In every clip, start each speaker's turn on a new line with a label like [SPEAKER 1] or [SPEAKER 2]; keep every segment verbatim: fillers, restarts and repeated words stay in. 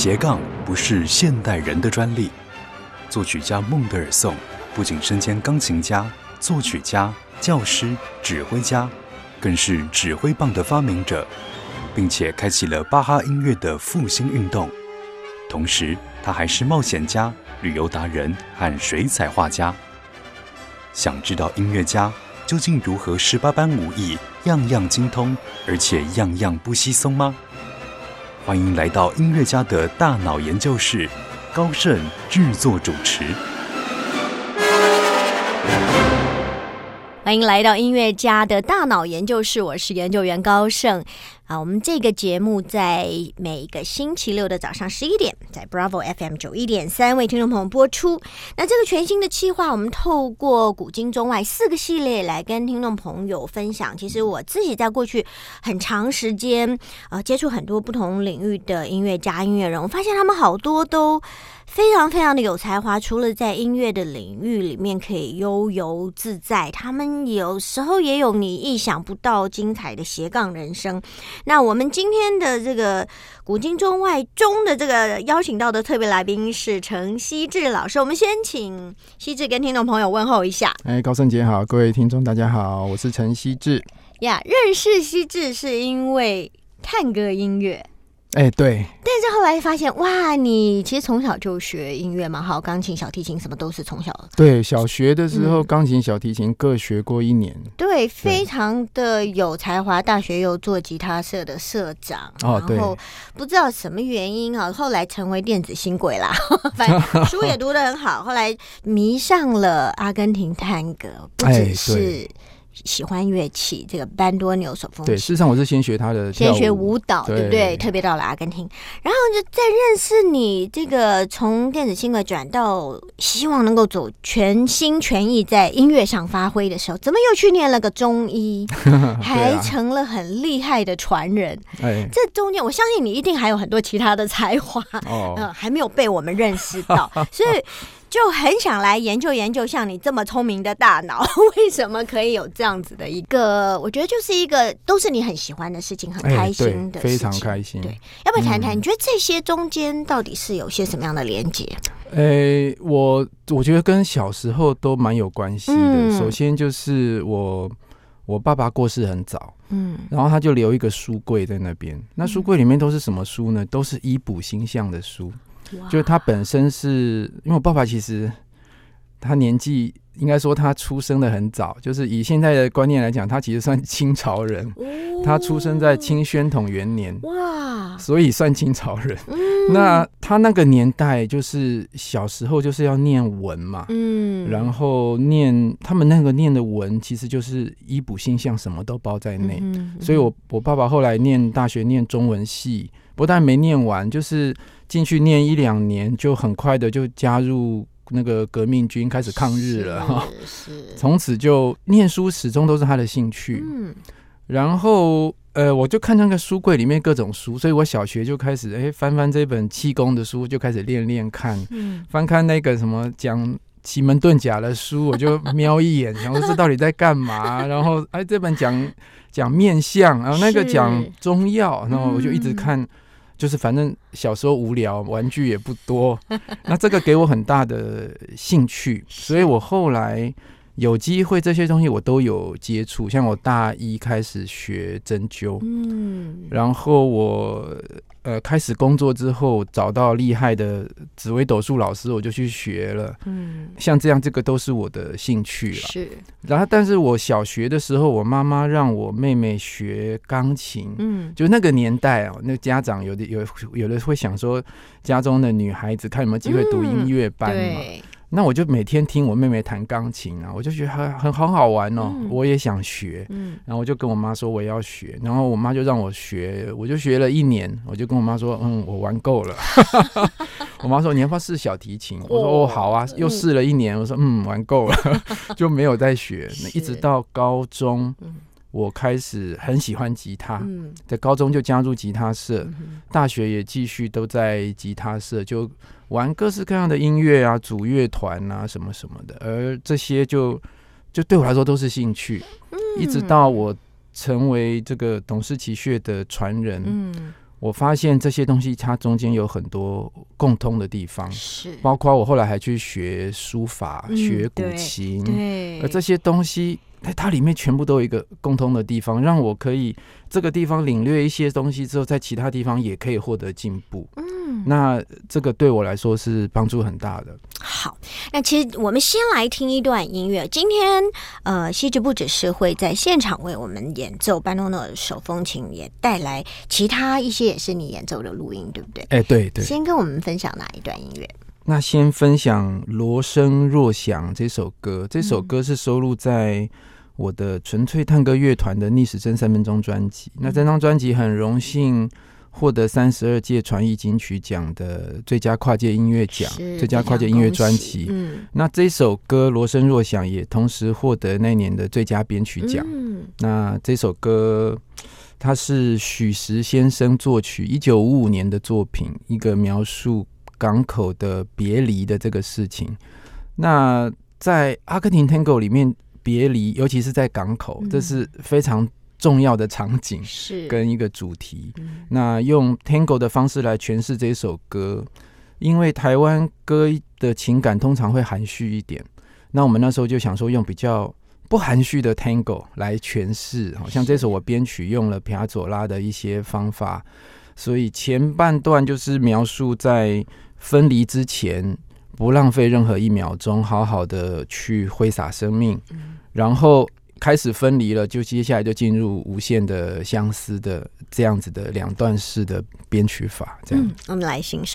[SPEAKER 1] 斜杠不是现代人的专利。作曲家孟德尔颂不仅身兼钢琴家、作曲家、教师、指挥家，更是指挥棒的发明者，并且开启了巴哈音乐的复兴运动。同时，他还是冒险家、旅游达人和水彩画家。想知道音乐家究竟如何十八般武艺样样精通，而且样样不稀松吗？欢迎来到音乐家的大脑研究室，高盛制作主持。
[SPEAKER 2] 欢迎来到音乐家的大脑研究室，我是研究员高盛啊。我们这个节目在每个星期六的早上十一点，在 Bravo F M 九一点三为听众朋友播出。那这个全新的企划，我们透过古今中外四个系列来跟听众朋友分享。其实我自己在过去很长时间呃接触很多不同领域的音乐家、音乐人，我发现他们好多都非常非常的有才华，除了在音乐的领域里面可以悠游自在，他们有时候也有你意想不到精彩的斜杠人生。那我们今天的这个古今中外中的这个邀请到的特别来宾是陈希志老师，我们先请希志跟听众朋友问候一下。
[SPEAKER 3] 哎，高盛姐好，各位听众大家好，我是陈希志。
[SPEAKER 2] 呀，认识希志是因为探戈音乐。
[SPEAKER 3] 哎，对，
[SPEAKER 2] 但是后来发现，哇，你其实从小就学音乐嘛，好，钢琴、小提琴什么都是从小。
[SPEAKER 3] 对，小学的时候，钢琴、小提琴各学过一年。
[SPEAKER 2] 对，非常的有才华。大学又做吉他社的社长，
[SPEAKER 3] 哦，对，
[SPEAKER 2] 然后不知道什么原因啊，后来成为电子新贵啦。反正书也读得很好，后来迷上了阿根廷探戈，不只是喜欢乐器，这个班多纽手风琴。
[SPEAKER 3] 对，事实上我是先学他的跳舞，
[SPEAKER 2] 先学舞蹈， 对, 对不对？特别到了阿根廷，然后就在认识你这个从电子新贵转到希望能够走全心全意在音乐上发挥的时候，怎么又去念了个中医，还成了很厉害的传人？
[SPEAKER 3] 哎，
[SPEAKER 2] 这中间我相信你一定还有很多其他的才华，
[SPEAKER 3] 哦，
[SPEAKER 2] 呃、还没有被我们认识到，所以就很想来研究研究，像你这么聪明的大脑，为什么可以有这样子的一个？我觉得就是一个都是你很喜欢的事情，很开心的事情，
[SPEAKER 3] 哎、非常开心。
[SPEAKER 2] 对，要不要谈谈？嗯、你觉得这些中间到底是有些什么样的连结？
[SPEAKER 3] 诶，我我觉得跟小时候都蛮有关系的。嗯、首先就是我我爸爸过世很早，嗯，然后他就留一个书柜在那边。那书柜里面都是什么书呢？都是医卜星象的书。就是他本身是因为我爸爸其实他年纪应该说他出生的很早，就是以现在的观念来讲，他其实算清朝人，哦、他出生在清宣统元年，哇，所以算清朝人。嗯、那他那个年代就是小时候就是要念文嘛，嗯，然后念他们那个念的文其实就是医卜星象什么都包在内，嗯、所以我我爸爸后来念大学念中文系，不但没念完，就是进去念一两年，就很快的就加入那个革命军，开始抗日了。从此就念书始终都是他的兴趣。嗯，然后呃，我就看那个书柜里面各种书，所以我小学就开始哎翻翻这本气功的书，就开始练练看。嗯，翻看那个什么讲奇门遁甲的书，我就瞄一眼，想说这到底在干嘛？然后哎，这本讲讲面相，然后那个讲中药，然后我就一直看。就是反正小时候无聊，玩具也不多，那这个给我很大的兴趣，所以我后来有机会这些东西我都有接触。像我大一开始学针灸，嗯，然后我呃开始工作之后找到厉害的紫微斗数老师，我就去学了，嗯，像这样这个都是我的兴趣了。是，然后但是我小学的时候，我妈妈让我妹妹学钢琴，嗯，就那个年代哦，那家长有的有有的会想说，家中的女孩子看有没有机会读音乐班嘛。嗯，那我就每天听我妹妹弹钢琴啊，我就觉得很很很好玩哦，嗯、我也想学，嗯，然后我就跟我妈说我要学，然后我妈就让我学，我就学了一年，我就跟我妈说，嗯，我玩够了。我妈说你要不要试小提琴？我说哦好啊，又试了一年，我说嗯玩够了，就没有再学。一直到高中，我开始很喜欢吉他，嗯、在高中就加入吉他社，嗯、大学也继续都在吉他社，就玩各式各样的音乐啊，组乐团啊什么什么的，而这些就就对我来说都是兴趣，嗯、一直到我成为这个董氏奇穴的传人，嗯、 我发现这些东西它中间有很多共通的地方，
[SPEAKER 2] 是
[SPEAKER 3] 包括我后来还去学书法、嗯、学古琴，
[SPEAKER 2] 对，
[SPEAKER 3] 而这些东西它里面全部都有一个共通的地方，让我可以这个地方领略一些东西之后，在其他地方也可以获得进步。嗯，那这个对我来说是帮助很大的。
[SPEAKER 2] 好，那其实我们先来听一段音乐。今天呃，西直不只是会在现场为我们演奏班诺诺手风琴，也带来其他一些也是你演奏的录音，对不对？
[SPEAKER 3] 哎、欸，对对。
[SPEAKER 2] 先跟我们分享哪一段音乐？
[SPEAKER 3] 那先分享《锣声若响》这首歌，这首歌是收录在我的纯粹探戈乐团的逆时针三分钟专辑。那这张专辑很荣幸获得三十二届传艺金曲奖的最佳跨界音乐奖、最佳跨界音乐专辑。嗯，那这首歌《锣声若响》也同时获得那年的最佳编曲奖。嗯，那这首歌它是许石先生作曲，一九五五年的作品，一个描述港口的别离的这个事情。那在阿根廷 Tango 里面，别离尤其是在港口、嗯、这是非常重要的场景跟一个主题、嗯、那用 Tango 的方式来诠释这首歌，因为台湾歌的情感通常会含蓄一点，那我们那时候就想说用比较不含蓄的 Tango 来诠释，好像这首我编曲用了皮亚佐拉的一些方法，所以前半段就是描述在分离之前不浪费任何一秒钟，好好的去挥洒生命、嗯、然后开始分离了，就接下来就进入无限的相思的这样子的两段式的编曲法，这样、嗯、
[SPEAKER 2] 我们来欣赏。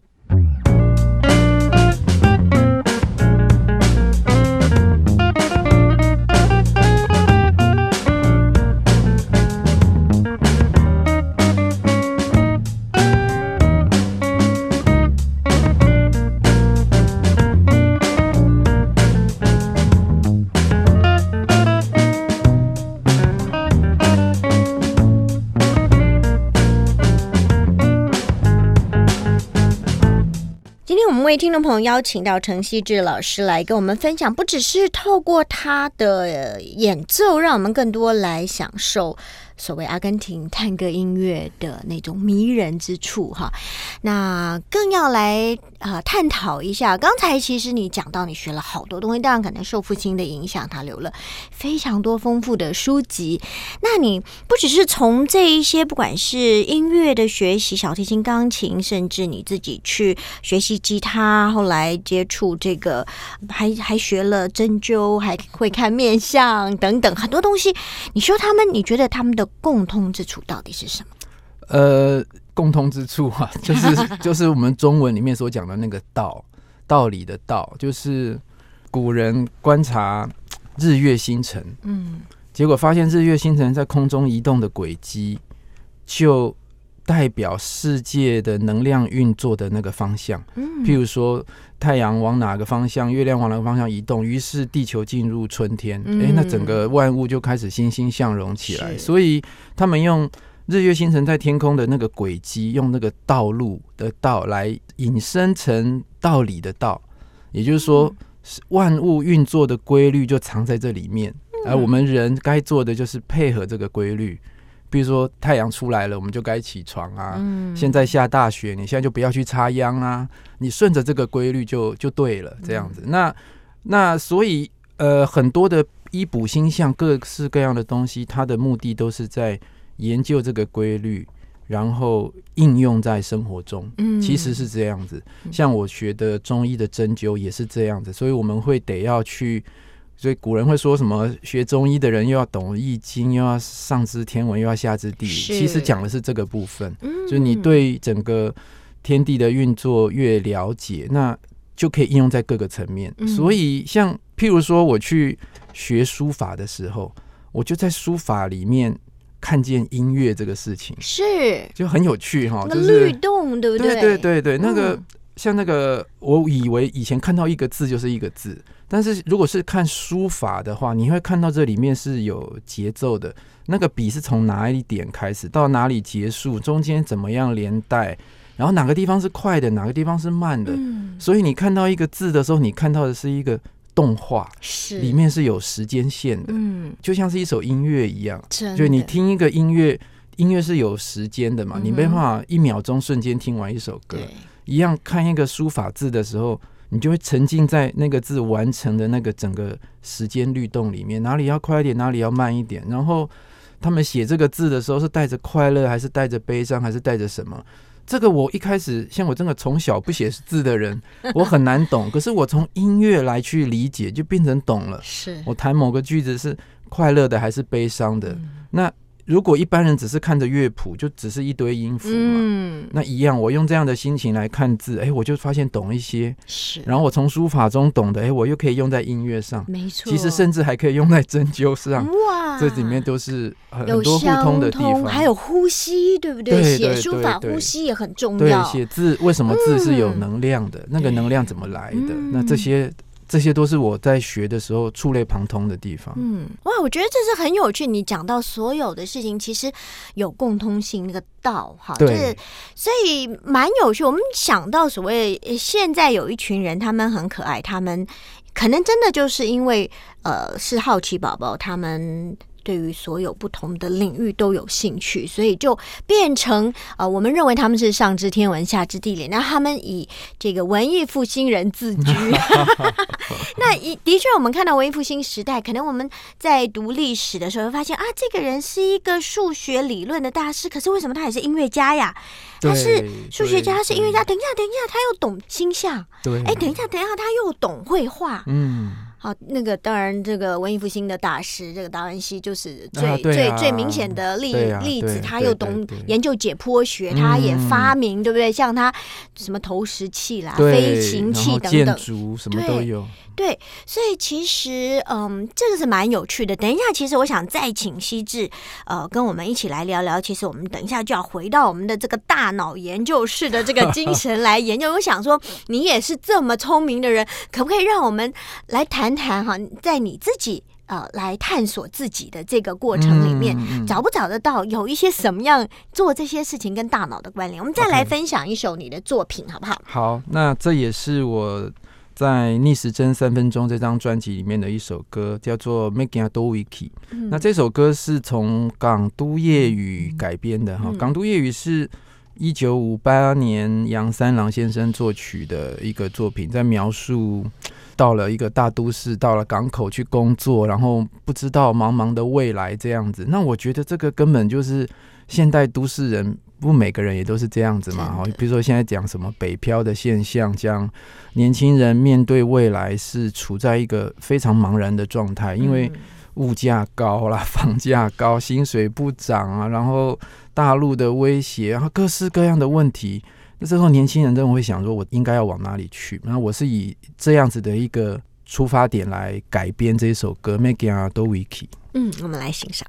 [SPEAKER 2] 为听众朋友邀请到陈希志老师来跟我们分享，不只是透过他的演奏让我们更多来享受所谓阿根廷探戈音乐的那种迷人之处哈，那更要来呃探讨一下。刚才其实你讲到你学了好多东西，当然可能受父亲的影响，他留了非常多丰富的书籍。那你不只是从这一些不管是音乐的学习，小提琴、钢琴，甚至你自己去学习吉他，后来接触这个还还学了针灸，还会看面相等等很多东西。你说他们，你觉得他们的共通之处到底是什么？
[SPEAKER 3] 呃，共通之处啊，就是就是我们中文里面所讲的那个道，道理的道，就是古人观察日月星辰，嗯，结果发现日月星辰在空中移动的轨迹，就代表世界的能量运作的那个方向。嗯，譬如说太阳往哪个方向，月亮往哪个方向移动，于是地球进入春天，嗯欸、那整个万物就开始欣欣向荣起来。所以他们用日月星辰在天空的那个轨迹，用那个道路的道来引申成道理的道，也就是说、嗯、万物运作的规律就藏在这里面，嗯、而我们人该做的就是配合这个规律。比如说太阳出来了，我们就该起床啊、嗯、现在下大雪，你现在就不要去插秧啊，你顺着这个规律就就对了，这样子。嗯、那那所以呃很多的医卜星象各式各样的东西，它的目的都是在研究这个规律，然后应用在生活中。嗯，其实是这样子。像我学的中医的针灸也是这样子，所以我们会得要去。所以古人会说什么学中医的人又要懂易经，又要上知天文，又要下知地理，其实讲的是这个部分、嗯、就是你对整个天地的运作越了解，那就可以应用在各个层面、嗯、所以像譬如说我去学书法的时候，我就在书法里面看见音乐这个事情，
[SPEAKER 2] 是
[SPEAKER 3] 就很有趣哈，
[SPEAKER 2] 那个律动、就是、对不对？
[SPEAKER 3] 对对对对，那个、嗯、像那个我以为以前看到一个字就是一个字，但是如果是看书法的话，你会看到这里面是有节奏的，那个笔是从哪一点开始到哪里结束，中间怎么样连带，然后哪个地方是快的，哪个地方是慢的、嗯、所以你看到一个字的时候，你看到的是一个动画，是里面是有时间线的、嗯、就像是一首音乐一样，就你听一个音乐音乐是有时间的嘛，嗯、你没办法一秒钟瞬间听完一首歌。一样看一个书法字的时候，你就会沉浸在那个字完成的那个整个时间律动里面，哪里要快一点，哪里要慢一点。然后他们写这个字的时候是带着快乐，还是带着悲伤，还是带着什么？这个我一开始像我这个从小不写字的人，我很难懂。可是我从音乐来去理解，就变成懂了。是我弹某个句子是快乐的还是悲伤的？嗯、那如果一般人只是看着乐谱，就只是一堆音符嘛，嗯、那一样，我用这样的心情来看字，哎，我就发现懂一些。是，然后我从书法中懂的，哎，我又可以用在音乐上，没错，其实甚至还可以用在针灸上。哇，这里面都是很多互通的地方，
[SPEAKER 2] 还有呼吸，对不对？对对对对，写书法呼吸也很重要。
[SPEAKER 3] 对，写字为什么字是有能量的？嗯、那个能量怎么来的？嗯、那这些。这些都是我在学的时候触类旁通的地方。
[SPEAKER 2] 嗯，哇，我觉得这是很有趣。你讲到所有的事情，其实有共通性，那个道哈，
[SPEAKER 3] 对，
[SPEAKER 2] 就是所以蛮有趣。我们想到所谓现在有一群人，他们很可爱，他们可能真的就是因为呃是好奇宝宝，他们对于所有不同的领域都有兴趣，所以就变成呃，我们认为他们是上知天文下知地理，那他们以这个文艺复兴人自居。那的确，我们看到文艺复兴时代，可能我们在读历史的时候会发现啊，这个人是一个数学理论的大师，可是为什么他也是音乐家呀？他是数学家，他是音乐家。等一下，等一下，他又懂星象。对，哎，等一下，等一下，他又懂绘画。嗯。好，那个当然，这个文艺复兴的大师，这个达文西就是最、啊啊、最最明显的例、啊、例子。他又懂研究解剖学，他也发明，嗯、对不对？像他什么投石器啦、飞行器等等，
[SPEAKER 3] 建筑什么都有。
[SPEAKER 2] 对，对，所以其实嗯，这个是蛮有趣的。等一下，其实我想再请希志呃跟我们一起来聊聊。其实我们等一下就要回到我们的这个大脑研究室的这个精神来研究。我想说，你也是这么聪明的人，可不可以让我们来谈？谈哈，在你自己呃来探索自己的这个过程里面，嗯嗯、找不找得到有一些什么样做这些事情跟大脑的关联？我们再来分享一首你的作品， okay. 好不好？
[SPEAKER 3] 好，那这也是我在逆时针三分钟这张专辑里面的一首歌，叫做《Making a Dowiki》。那这首歌是从港都夜雨改编的哈，嗯、港都夜雨是一九五八年杨三郎先生作曲的一个作品，在描述到了一个大都市，到了港口去工作，然后不知道茫茫的未来这样子。那我觉得这个根本就是现代都市人，不每个人也都是这样子嘛。比如说现在讲什么北漂的现象，讲年轻人面对未来是处在一个非常茫然的状态，因为物价高啦，房价高，薪水不涨啊，然后大陆的威胁，然后各式各样的问题。那这时候年轻人真的会想说，我应该要往哪里去？然后我是以这样子的一个出发点来改编这首歌《Making a Dowiki》。
[SPEAKER 2] 嗯，我们来欣赏。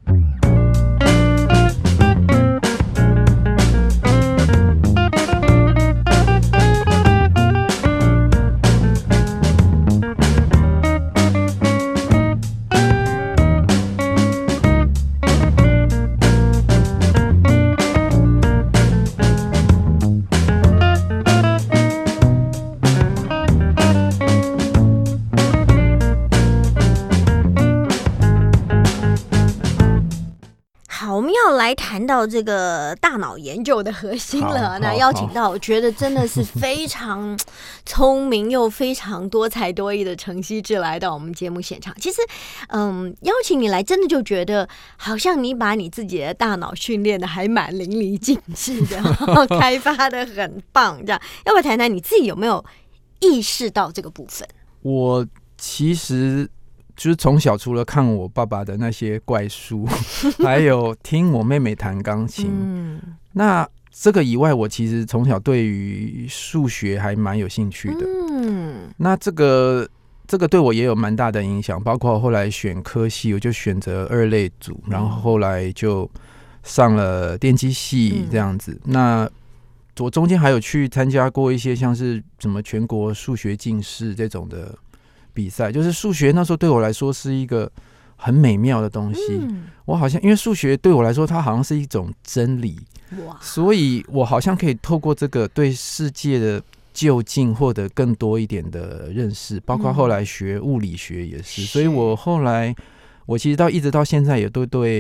[SPEAKER 2] 来谈到这个大脑研究的核心了，那邀请到我觉得真的是非常聪明又非常多才多艺的程希志来到我们节目现场。其实，嗯，邀请你来，真的就觉得好像你把你自己的大脑训练的还蛮淋漓尽致的，开发的很棒。这样，要不要谈谈你自己有没有意识到这个部分？
[SPEAKER 3] 我其实。就是从小除了看我爸爸的那些怪书，还有听我妹妹弹钢琴，嗯、那这个以外，我其实从小对于数学还蛮有兴趣的。嗯，那这个这个对我也有蛮大的影响，包括后来选科系，我就选择二类组，然后后来就上了电机系这样子。嗯、那我中间还有去参加过一些像是什么全国数学竞赛这种的比赛，就是数学那时候对我来说是一个很美妙的东西。嗯、我好像因为数学对我来说，它好像是一种真理，所以我好像可以透过这个对世界的究竟获得更多一点的认识，包括后来学物理学也是。嗯、所以我后来，我其实到一直到现在也都对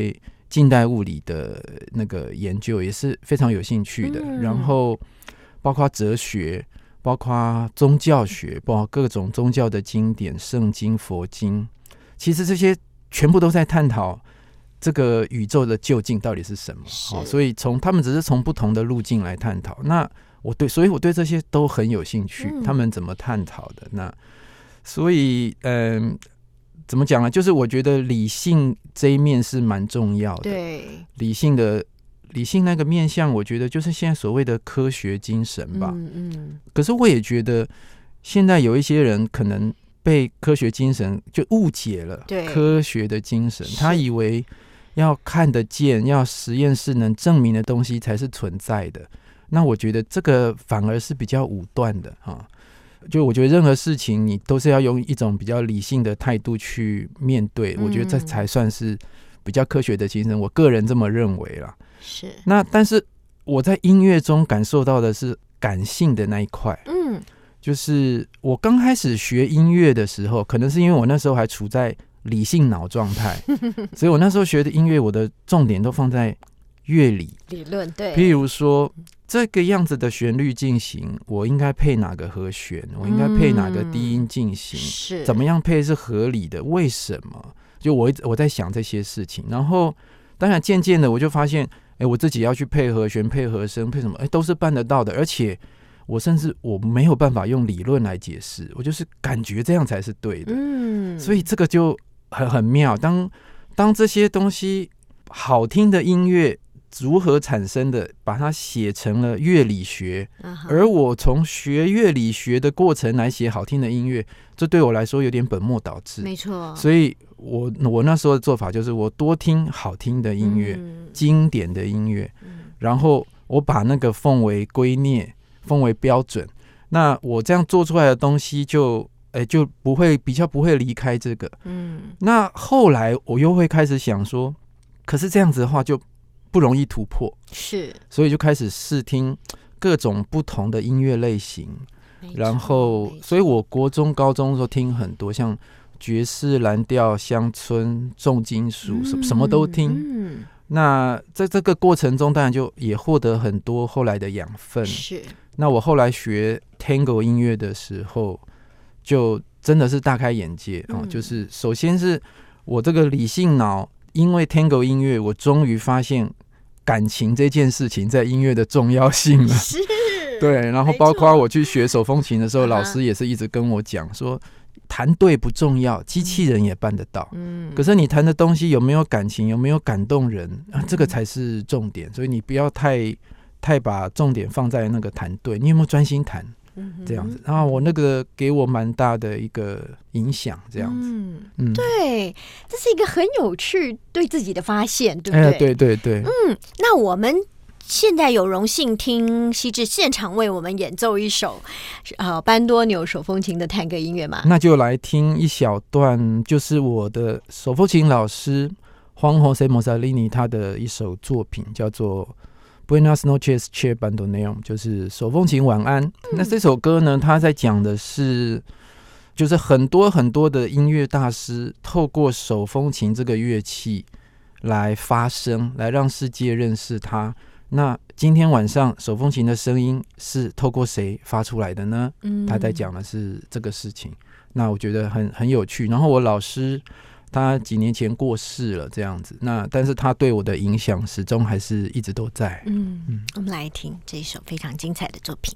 [SPEAKER 3] 近代物理的那个研究也是非常有兴趣的，嗯、然后包括哲学，包括宗教学，包括各种宗教的经典，圣经、佛经，其实这些全部都在探讨这个宇宙的究竟到底是什么。哦、所以从他们只是从不同的路径来探讨。那我对，所以我对这些都很有兴趣，嗯、他们怎么探讨的？那所以，嗯、呃。怎么讲呢？就是我觉得理性这一面是蛮重要的。对，理性的理性那个面向，我觉得就是现在所谓的科学精神吧。嗯嗯。可是我也觉得，现在有一些人可能被科学精神就误解了科学的精神，他以为要看得见、要实验室能证明的东西才是存在的。那我觉得这个反而是比较武断的哈。就我觉得任何事情你都是要用一种比较理性的态度去面对，嗯、我觉得这才算是比较科学的精神，我个人这么认为啦。是。那但是我在音乐中感受到的是感性的那一块，嗯，就是我刚开始学音乐的时候，可能是因为我那时候还处在理性脑状态，所以我那时候学的音乐，我的重点都放在乐理理论，对，譬如说这个样子的旋律进行，我应该配哪个和弦，我应该配哪个低音进行，是、嗯、怎么样配是合理的，为什么？就我我在想这些事情，然后当然渐渐的我就发现，哎，我自己要去配和弦、配和声、配什么，哎，都是办得到的，而且我甚至我没有办法用理论来解释，我就是感觉这样才是对的，嗯，所以这个就很很妙。当当这些东西好听的音乐如何产生的，把它写成了乐理学， uh-huh. 而我从学乐理学的过程来写好听的音乐，这对我来说有点本末倒置，没错。所以我我那时候的做法就是我多听好听的音乐、嗯、经典的音乐、嗯、然后我把那个奉为圭臬，奉为标准，那我这样做出来的东西就欸、就不会比较不会离开这个，嗯。那后来我又会开始想说，可是这样子的话就不容易突破，是，所以就开始试听各种不同的音乐类型，然后，所以我国中、高中的时候听很多，像爵士、蓝调、乡村、重金属，嗯、什么都听。嗯，那在这个过程中，当然就也获得很多后来的养分。是，那我后来学 Tango 音乐的时候，就真的是大开眼界、嗯哦、就是首先是我这个理性脑。因为 Tango 音乐，我终于发现感情这件事情在音乐的重要性了。是，对。然后包括我去学手风琴的时候，老师也是一直跟我讲说，弹对不重要，机器人也办得到。嗯。可是你弹的东西有没有感情，有没有感动人啊？这个才是重点。所以你不要太太把重点放在那个弹对，你有没有专心弹？这样子，然后我那个给我蛮大的一个影响，这样子，嗯嗯，
[SPEAKER 2] 对，这是一个很有趣对自己的发现，对不对？
[SPEAKER 3] 哎、对对对，
[SPEAKER 2] 嗯，那我们现在有荣幸听希志现场为我们演奏一首呃班多纽手风琴的探戈音乐嘛，
[SPEAKER 3] 那就来听一小段，就是我的手风琴老师Juan José Mossolini他的一首作品，叫做Buenas noches, che bandoneon， 就是手风琴晚安、嗯、那这首歌呢，它在讲的是就是很多很多的音乐大师透过手风琴这个乐器来发声，来让世界认识它。那今天晚上手风琴的声音是透过谁发出来的呢？嗯，他在讲的是这个事情。那我觉得很很有趣。然后我老师他几年前过世了，这样子。那但是他对我的影响始终还是一直都在。
[SPEAKER 2] 嗯嗯，我们来听这一首非常精彩的作品。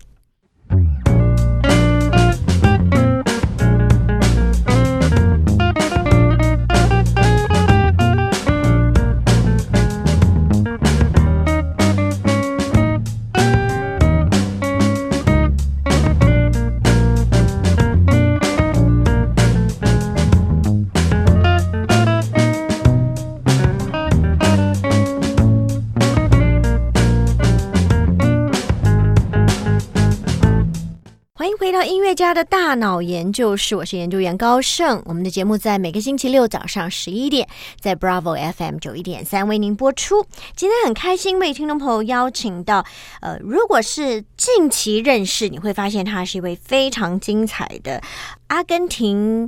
[SPEAKER 2] 回到音乐家的大脑研究室，我是研究员高盛。我们的节目在每个星期六早上十一点在 Bravo F M 九一点三为您播出。今天很开心为听众朋友邀请到呃，如果是近期认识，你会发现他是一位非常精彩的阿根廷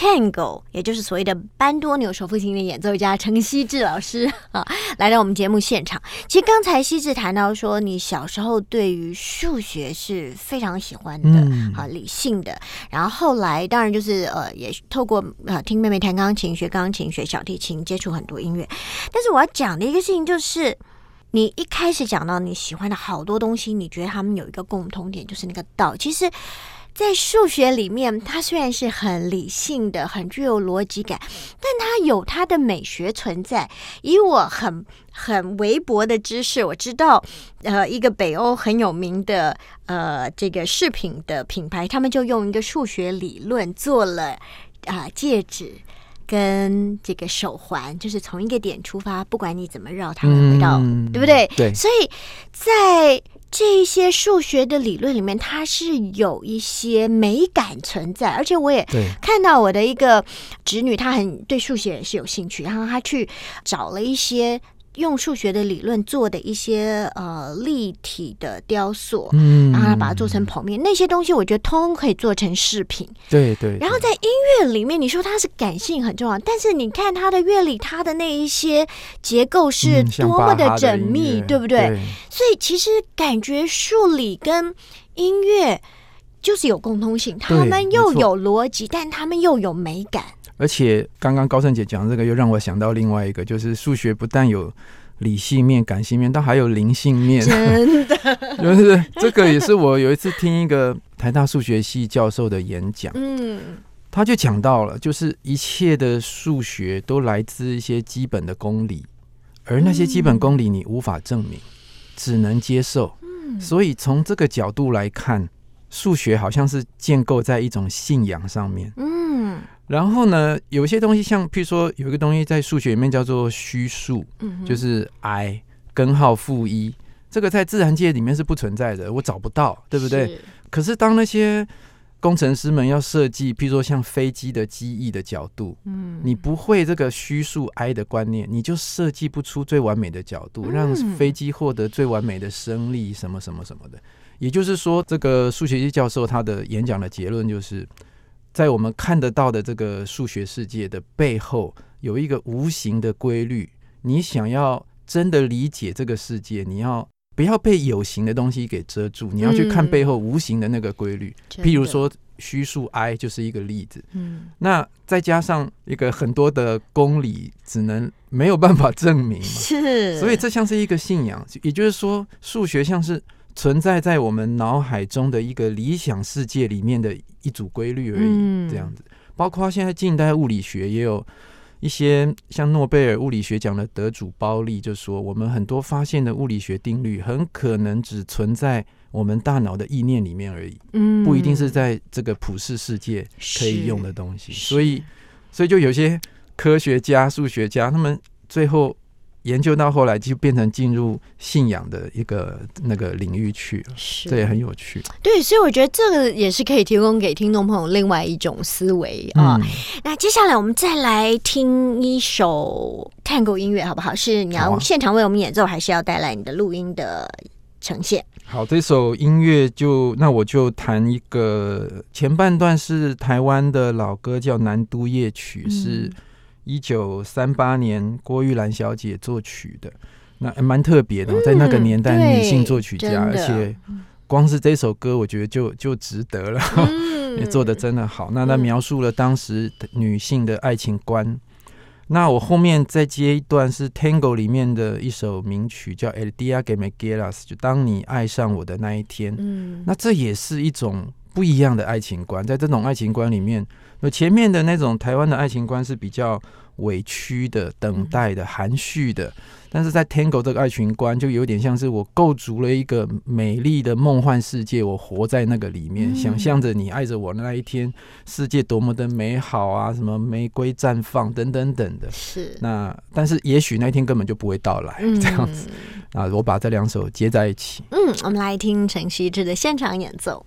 [SPEAKER 2] Tango， 也就是所谓的班多纽手风琴的演奏家陈希志老师啊，来到我们节目现场。其实刚才希志谈到说，你小时候对于数学是非常喜欢的，嗯、啊，理性的。然后后来当然就是呃，也透过呃听妹妹弹钢琴、学钢琴、学小提琴，接触很多音乐。但是我要讲的一个事情就是，你一开始讲到你喜欢的好多东西，你觉得他们有一个共同点，就是那个道。其实在数学里面，它虽然是很理性的，很具有逻辑感，但它有它的美学存在。以我很很微薄的知识，我知道，呃，一个北欧很有名的呃这个饰品的品牌，他们就用一个数学理论做了啊、呃、戒指跟这个手环，就是从一个点出发，不管你怎么绕，它会回到，嗯、对不对？
[SPEAKER 3] 对。
[SPEAKER 2] 所以在这一些数学的理论里面，它是有一些美感存在，而且我也看到我的一个侄女，她很对数学也是有兴趣，然后她去找了一些用数学的理论做的一些呃立体的雕塑，嗯，然后他把它做成剖面，那些东西我觉得通通可以做成饰品。
[SPEAKER 3] 对 对, 对。然
[SPEAKER 2] 后在音乐里面，你说它是感性很重要，但是你看它的乐理，它的那一些结构是多么的缜密，嗯、对不对？对。所以其实感觉数理跟音乐就是有共通性，他们又有逻辑，但他们又有美感。
[SPEAKER 3] 而且刚刚高胜姐讲这个，又让我想到另外一个，就是数学不但有理性面、感性面，它还有灵性面。
[SPEAKER 2] 真的，
[SPEAKER 3] 就是这个也是我有一次听一个台大数学系教授的演讲，嗯，他就讲到了，就是一切的数学都来自一些基本的公理，而那些基本公理你无法证明，只能接受。嗯，所以从这个角度来看，数学好像是建构在一种信仰上面。嗯。然后呢，有些东西像譬如说有一个东西在数学里面叫做虚数，嗯、就是 i 根号负一，这个在自然界里面是不存在的，我找不到，对不对？是。可是当那些工程师们要设计譬如说像飞机的机翼的角度，嗯，你不会这个虚数 i 的观念，你就设计不出最完美的角度，嗯、让飞机获得最完美的升力什么什么什么的。也就是说，这个数学系教授他的演讲的结论就是，在我们看得到的这个数学世界的背后，有一个无形的规律。你想要真的理解这个世界，你要不要被有形的东西给遮住？你要去看背后无形的那个规律。嗯、譬如说，虚数 i 就是一个例子。嗯，那再加上一个很多的公理，只能没有办法证明嘛。
[SPEAKER 2] 是，
[SPEAKER 3] 所以这像是一个信仰。也就是说，数学像是存在在我们脑海中的一个理想世界里面的一组规律而已，嗯、这样子。包括现在近代物理学也有一些像诺贝尔物理学奖的得主包利就说，我们很多发现的物理学定律很可能只存在我们大脑的意念里面而已，嗯、不一定是在这个普世世界可以用的东西。所以，所以就有些科学家、数学家，他们最后研究到后来就变成进入信仰的一个那个领域去了，这也很有趣。
[SPEAKER 2] 对，所以我觉得这个也是可以提供给听众朋友另外一种思维啊。嗯、那接下来我们再来听一首探戈音乐，好不好？是你要现场为我们演奏，还是要带来你的录音的呈现？
[SPEAKER 3] 好，这首音乐就那我就弹一个前半段是台湾的老歌，叫《南都夜曲》，嗯、是一九三八年郭玉兰小姐作曲的，那蛮特别的，在那个年代女性作曲家，而且光是这首歌我觉得就就值得了，嗯、也做得真的好。那他描述了当时女性的爱情观。那我后面再接一段是 Tango 里面的一首名曲，叫 El Dia que me quieras， 就当你爱上我的那一天。嗯、那这也是一种不一样的爱情观。在这种爱情观里面，前面的那种台湾的爱情观是比较委屈的、等待的、含蓄的，但是在 Tango 这个爱情观就有点像是我构筑了一个美丽的梦幻世界，我活在那个里面，嗯、想象着你爱着我的那一天，世界多么的美好啊，什么玫瑰绽放等等等的。
[SPEAKER 2] 是。
[SPEAKER 3] 那但是也许那一天根本就不会到来，嗯、这样子。啊，我把这两首接在一起。
[SPEAKER 2] 嗯，我们来听陈希志的现场演奏。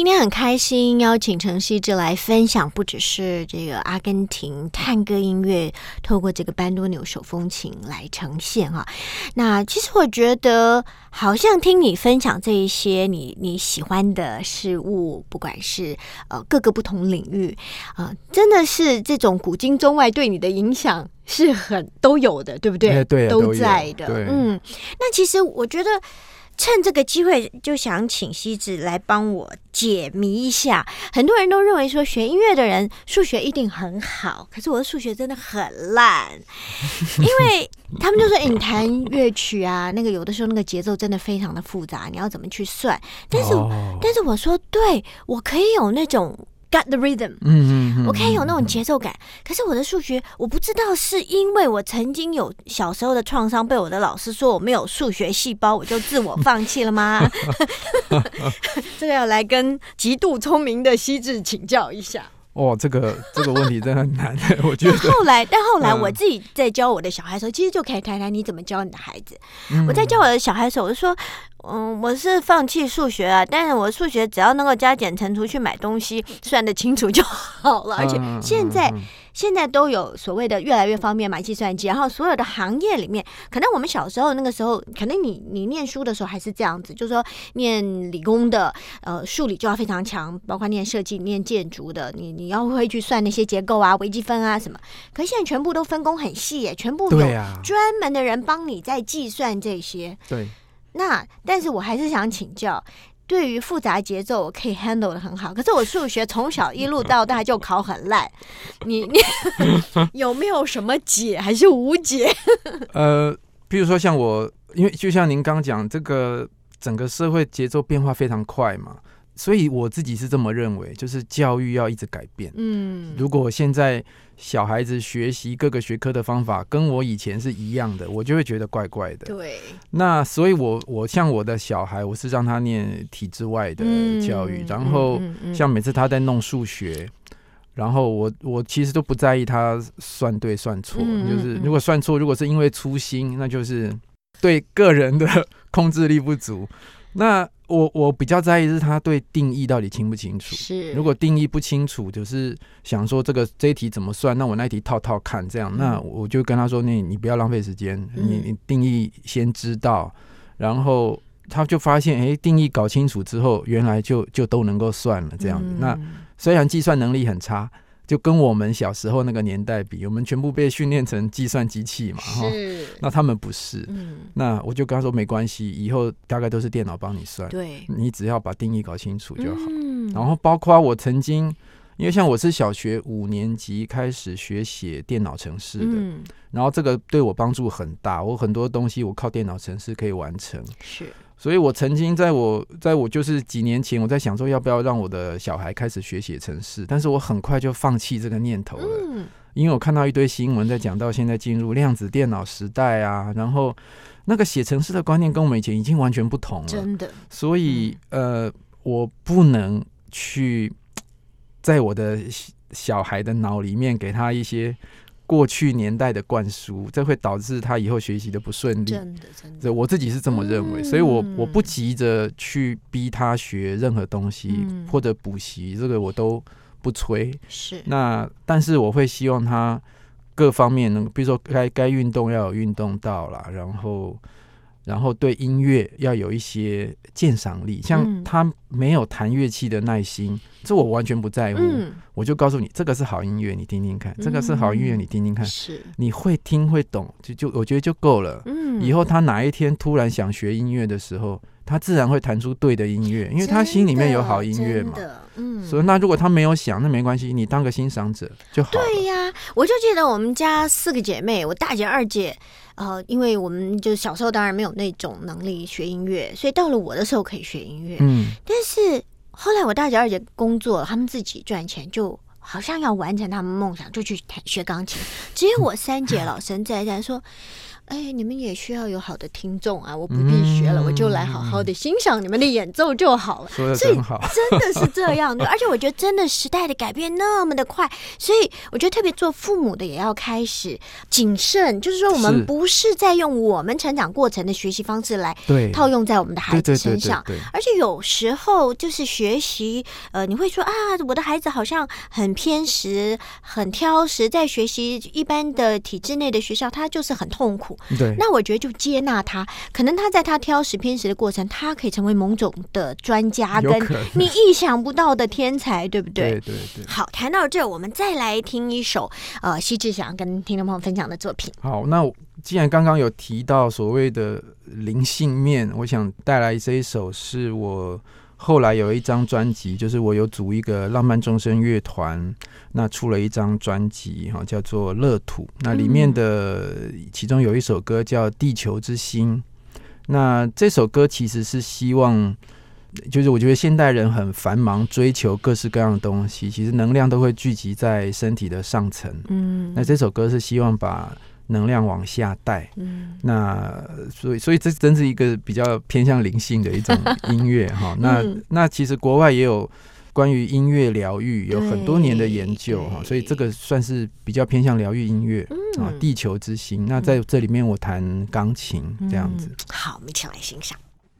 [SPEAKER 2] 天很开心邀请陈希志来分享，不只是这个阿根廷探戈音乐透过这个班多纽手风琴来呈现啊。那其实我觉得好像听你分享这一些你你喜欢的事物，不管是呃各个不同领域啊、呃，真的是这种古今中外对你的影响是很都有的，对不对？
[SPEAKER 3] 欸、对、啊，
[SPEAKER 2] 都在的。
[SPEAKER 3] 嗯，
[SPEAKER 2] 那其实我觉得趁这个机会，就想请希志来帮我解谜一下。很多人都认为说学音乐的人数学一定很好，可是我的数学真的很烂，因为他们就说、欸、你弹乐曲啊，那个有的时候那个节奏真的非常的复杂，你要怎么去算？但是、哦、但是我说，对，我可以有那种got the rhythm， 嗯嗯嗯，我可以有那种节奏感。可是我的数学，我不知道是因为我曾经有小时候的创伤，被我的老师说我没有数学细胞，我就自我放弃了吗？这个要来跟极度聪明的希志请教一下。
[SPEAKER 3] 哦，这个这个问题真的很难，我觉得。
[SPEAKER 2] 后来，但后来我自己在教我的小孩的时候，其实就可以谈谈你怎么教你的孩子。嗯、我在教我的小孩的时候，我就说，嗯，我是放弃数学啊，但是我数学只要能够加减乘除去买东西算得清楚就好了。而且现在、嗯、现在都有所谓的越来越方便买计算机，然后所有的行业里面，可能我们小时候那个时候，可能你你念书的时候还是这样子，就是说念理工的，呃，数理就要非常强，包括念设计、念建筑的，你你要会去算那些结构啊、微积分啊什么。可是现在全部都分工很细耶，全部有专门的人帮你在计算这些。
[SPEAKER 3] 对。
[SPEAKER 2] 那但是我还是想请教，对于复杂节奏我可以 handle 的很好，可是我数学从小一路到大就考很烂，你你有没有什么解还是无解？
[SPEAKER 3] 呃，比如说像我，因为就像您刚讲，这个整个社会节奏变化非常快嘛，所以我自己是这么认为，就是教育要一直改变。嗯，如果现在小孩子学习各个学科的方法跟我以前是一样的，我就会觉得怪怪的。对，那所以我我像我的小孩，我是让他念体制外的教育，嗯、然后像每次他在弄数学，然后我我其实都不在意他算对算错，嗯、就是如果算错，如果是因为粗心，那就是对个人的控制力不足。那我我比较在意是他对定义到底清不清楚。是，如果定义不清楚，就是想说这个这一题怎么算，那我那一题套套看这样，嗯、那我就跟他说，你你不要浪费时间，嗯、你你定义先知道，然后他就发现，哎，定义搞清楚之后，原来就就都能够算了这样子。嗯、那虽然计算能力很差。就跟我们小时候那个年代比，我们全部被训练成计算机器嘛，是，那他们不是，嗯，那我就跟他说没关系，以后大概都是电脑帮你算，对，你只要把定义搞清楚就好。嗯、然后包括我曾经，因为像我是小学五年级开始学写电脑程式的，嗯、然后这个对我帮助很大，我很多东西我靠电脑程式可以完成，是。所以我曾经在我在我就是几年前，我在想说要不要让我的小孩开始学写程式，但是我很快就放弃这个念头了，嗯、因为我看到一堆新闻在讲到现在进入量子电脑时代啊，然后那个写程式的观念跟我们以前已经完全不同了，真的。所以、嗯、呃，我不能去在我的小孩的脑里面给他一些过去年代的灌输，这会导致他以后学习的不顺利。真的，真的，我自己是这么认为，嗯、所以我我不急着去逼他学任何东西，嗯、或者补习，这个我都不催。是，那但是我会希望他各方面能，比如说该该运动要有运动到啦，然后然后对音乐要有一些鉴赏力，像他没有弹乐器的耐心，嗯、这我完全不在乎。嗯、我就告诉你，这个是好音乐，你听听看；嗯、这个是好音乐，你听听看。是，你会听会懂，就就我觉得就够了。嗯，以后他哪一天突然想学音乐的时候，他自然会弹出对的音乐，因为他心里面有好音乐嘛。嗯，所以那如果他没有想，那没关系，你当个欣赏者就好了。对呀，我就记得我们家四个姐妹，我大姐、二姐。呃，因为我们就小时候当然没有那种能力学音乐，所以到了我的时候可以学音乐。嗯，但是后来我大姐二姐工作了，他们自己赚钱，就好像要完成他们梦想，就去学钢琴。只有我三姐老生在在说，
[SPEAKER 2] 哎，你们也需要有好的听众啊，我不必学了，嗯、我就来好好的欣赏你们的演奏就好了。
[SPEAKER 3] 说得真好，
[SPEAKER 2] 真的是这样的。而且我觉得真的时代的改变那么的快，所以我觉得特别做父母的也要开始谨慎，就是说我们不是在用我们成长过程的学习方式来套用在我们的孩子身上，对对对对对，而且有时候就是学习，呃，你会说啊，我的孩子好像很偏食、很挑食，在学习一般的体制内的学校，他就是很痛苦。
[SPEAKER 3] 对，
[SPEAKER 2] 那我觉得就接纳他，可能他在他挑食偏食的过程，他可以成为某种的专家，跟你意想不到的天才，对不对？
[SPEAKER 3] 对对对。
[SPEAKER 2] 好，谈到这，我们再来听一首呃希志想跟听众朋友分享的作品。
[SPEAKER 3] 好，那既然刚刚有提到所谓的灵性面，我想带来这一首是我后来有一张专辑，就是我有组一个浪漫众生乐团，那出了一张专辑叫做乐土，那里面的其中有一首歌叫地球之心，那这首歌其实是希望，就是我觉得现代人很繁忙，追求各式各样的东西，其实能量都会聚集在身体的上层，嗯，那这首歌是希望把能量往下带，嗯，那所以所以这真是一个比较偏向灵性的一种音乐哈。那那其实国外也有关于音乐疗愈有很多年的研究哈，所以这个算是比较偏向疗愈音乐啊，地球之心。那在这里面我弹钢琴这样子。
[SPEAKER 2] 嗯、好，我们一起来欣赏。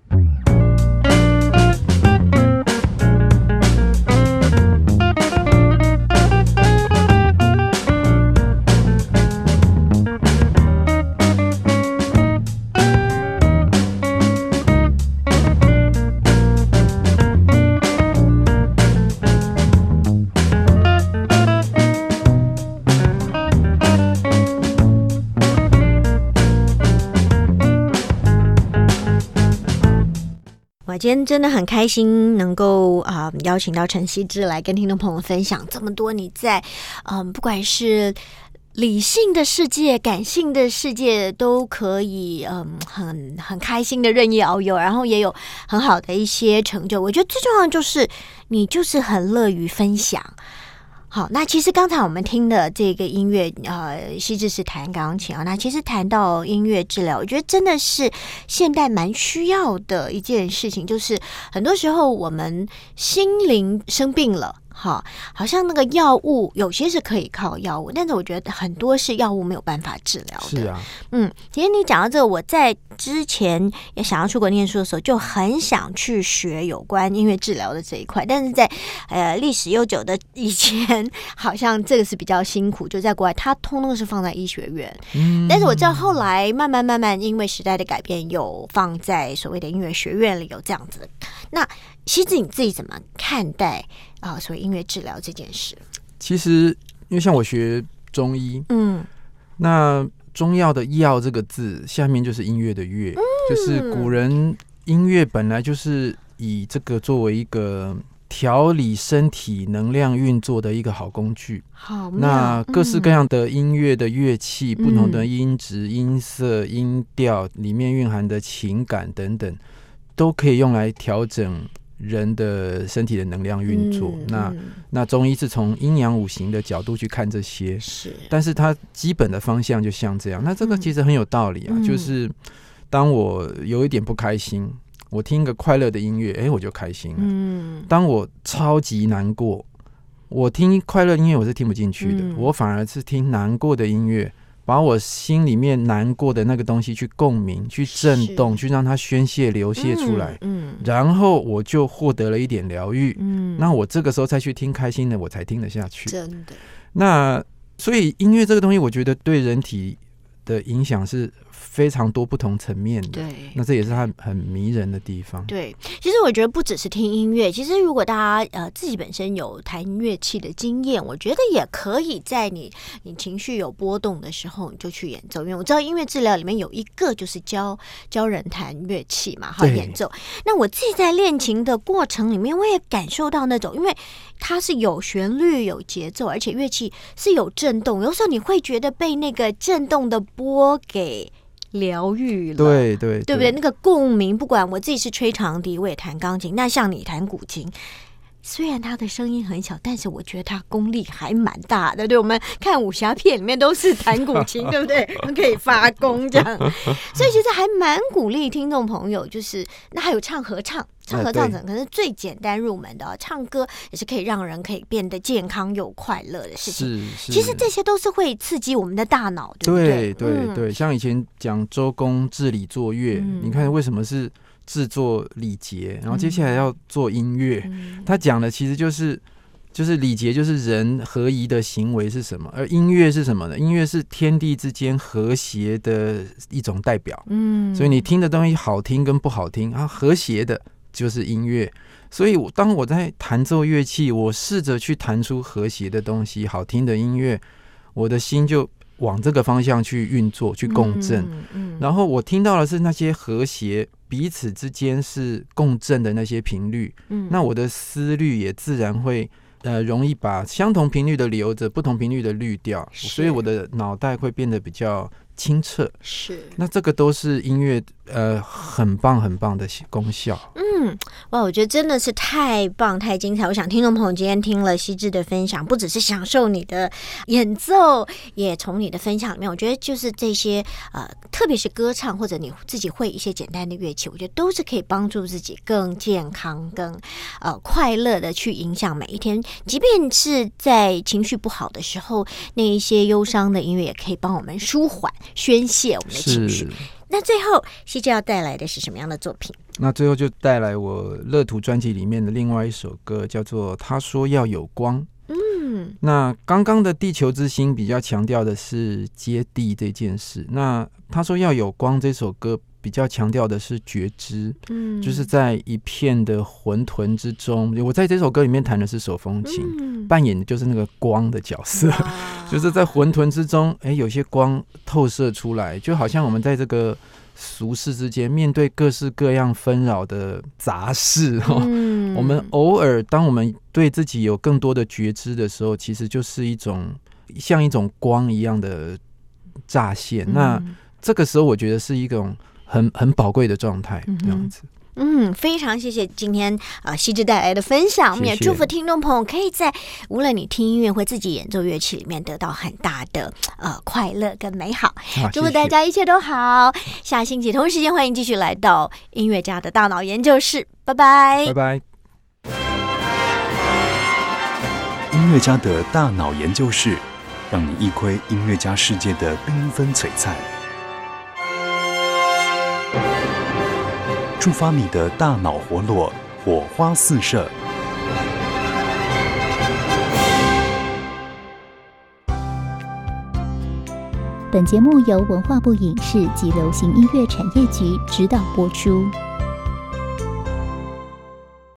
[SPEAKER 2] 今天真的很开心能够啊、呃、邀请到陈希志来跟听众朋友分享这么多你在嗯、呃、不管是理性的世界、感性的世界都可以嗯很很开心的任意遨游，然后也有很好的一些成就。我觉得最重要的就是你就是很乐于分享。好，那其实刚才我们听的这个音乐，呃，希志是弹钢琴啊。那其实谈到音乐治疗，我觉得真的是现代蛮需要的一件事情，就是很多时候我们心灵生病了。好，好像那个药物有些是可以靠药物，但是我觉得很多是药物没有办法治疗的。
[SPEAKER 3] 是啊，
[SPEAKER 2] 嗯，其实你讲到这个，我在之前也想要出国念书的时候，就很想去学有关音乐治疗的这一块，但是在呃历史悠久的以前，好像这个是比较辛苦，就在国外，它通通是放在医学院。嗯，但是我知道后来慢慢慢慢，因为时代的改变，有放在所谓的音乐学院里，有这样子的。那希志你自己怎么看待啊、呃，所谓音乐治疗这件事？
[SPEAKER 3] 其实因为像我学中医，嗯，那中药的药这个字下面就是音乐的乐，嗯，就是古人音乐本来就是以这个作为一个调理身体能量运作的一个好工具。
[SPEAKER 2] 好，
[SPEAKER 3] 那各式各样的音乐的乐器、嗯、不同的音质、音色、音调里面蕴含的情感等等，都可以用来调整人的身体的能量运作。嗯、那、嗯、那中医是从阴阳五行的角度去看这些，
[SPEAKER 2] 是，
[SPEAKER 3] 但是它基本的方向就像这样。那这个其实很有道理啊，嗯、就是当我有一点不开心，我听个快乐的音乐，哎，我就开心了。嗯，当我超级难过，我听快乐音乐我是听不进去的，嗯、我反而是听难过的音乐，把我心里面难过的那个东西去共鸣、去震动、去让它宣泄、流泄出来。嗯，嗯然后我就获得了一点疗愈。嗯，那我这个时候再去听开心的，我才听得下去。
[SPEAKER 2] 真的。
[SPEAKER 3] 那所以音乐这个东西，我觉得对人体的影响是非常多不同层面的，
[SPEAKER 2] 对，
[SPEAKER 3] 那这也是它很迷人的地方。
[SPEAKER 2] 对，其实我觉得不只是听音乐，其实如果大家呃自己本身有弹乐器的经验，我觉得也可以在你你情绪有波动的时候，你就去演奏。因为我知道音乐治疗里面有一个就是教教人弹乐器嘛，好演奏。那我自己在练琴的过程里面，我也感受到那种，因为它是有旋律、有节奏，而且乐器是有震动，有时候你会觉得被那个震动的波给疗愈了，
[SPEAKER 3] 对对 对,
[SPEAKER 2] 对不对？那个共鸣，不管我自己是吹长笛，我也弹钢琴，那像你弹古琴， 虽然他的声音很小，但是我觉得他功力还蛮大的。对，我们看武侠片里面都是弹古琴，对不对？我们可以发功这样，所以其实还蛮鼓励听众朋友，就是那还有唱合唱。唱合唱可能是最简单入门的、哦，唱歌也是可以让人可以变得健康又快乐的事情。
[SPEAKER 3] 是是，
[SPEAKER 2] 其实这些都是会刺激我们的大脑，对不对？
[SPEAKER 3] 对对对，嗯、像以前讲周公治理作乐，嗯、你看为什么是制作礼节，然后接下来要做音乐，嗯、他讲的其实就是。就是礼节，就是人合宜的行为是什么？而音乐是什么呢？音乐是天地之间和谐的一种代表。嗯，所以你听的东西好听跟不好听啊，和谐的就是音乐。所以当我在弹奏乐器，我试着去弹出和谐的东西，好听的音乐，我的心就往这个方向去运作，去共振。嗯嗯、然后我听到的是那些和谐。彼此之间是共振的那些频率，嗯，那我的思虑也自然会呃容易把相同频率的留着，不同频率的滤掉，所以我的脑袋会变得比较清澈。是，那这个都是音乐呃很棒很棒的功效。
[SPEAKER 2] 嗯，哇，我觉得真的是太棒太精彩。我想听众朋友今天听了希志的分享，不只是享受你的演奏，也从你的分享里面，我觉得就是这些呃，特别是歌唱或者你自己会一些简单的乐器，我觉得都是可以帮助自己更健康、更呃快乐的去影响每一天。即便是在情绪不好的时候，那一些忧伤的音乐也可以帮我们舒缓、宣泄我们的情绪。那最后希志要带来的是什么样的作品？
[SPEAKER 3] 那最后就带来我乐土专辑里面的另外一首歌，叫做他说要有光。嗯，那刚刚的地球之星比较强调的是接地这件事，那他说要有光这首歌比较强调的是觉知，嗯，就是在一片的混沌之中，我在这首歌里面弹的是手风琴，嗯、扮演的就是那个光的角色，就是在混沌之中，哎，有些光透射出来，就好像我们在这个俗世之间面对各式各样纷扰的杂事、哦嗯、我们偶尔当我们对自己有更多的觉知的时候，其实就是一种像一种光一样的乍现、嗯、那这个时候我觉得是一种很很宝贵的状态，这样子。
[SPEAKER 2] 嗯，非常谢谢今天呃希志带来的分享，我们也祝福听众朋友可以在无论你听音乐或自己演奏乐器里面得到很大的呃快乐跟美好。啊、祝福大家一切都好。下星期同时间欢迎继续来到音乐家的大脑研究室，拜拜，
[SPEAKER 3] 拜拜。
[SPEAKER 1] 音乐家的大脑研究室，让你一窥音乐家世界的缤纷璀璨。触发你的大脑活络，火花四射。
[SPEAKER 4] 本节目由文化部影视及流行音乐产业局指导播出。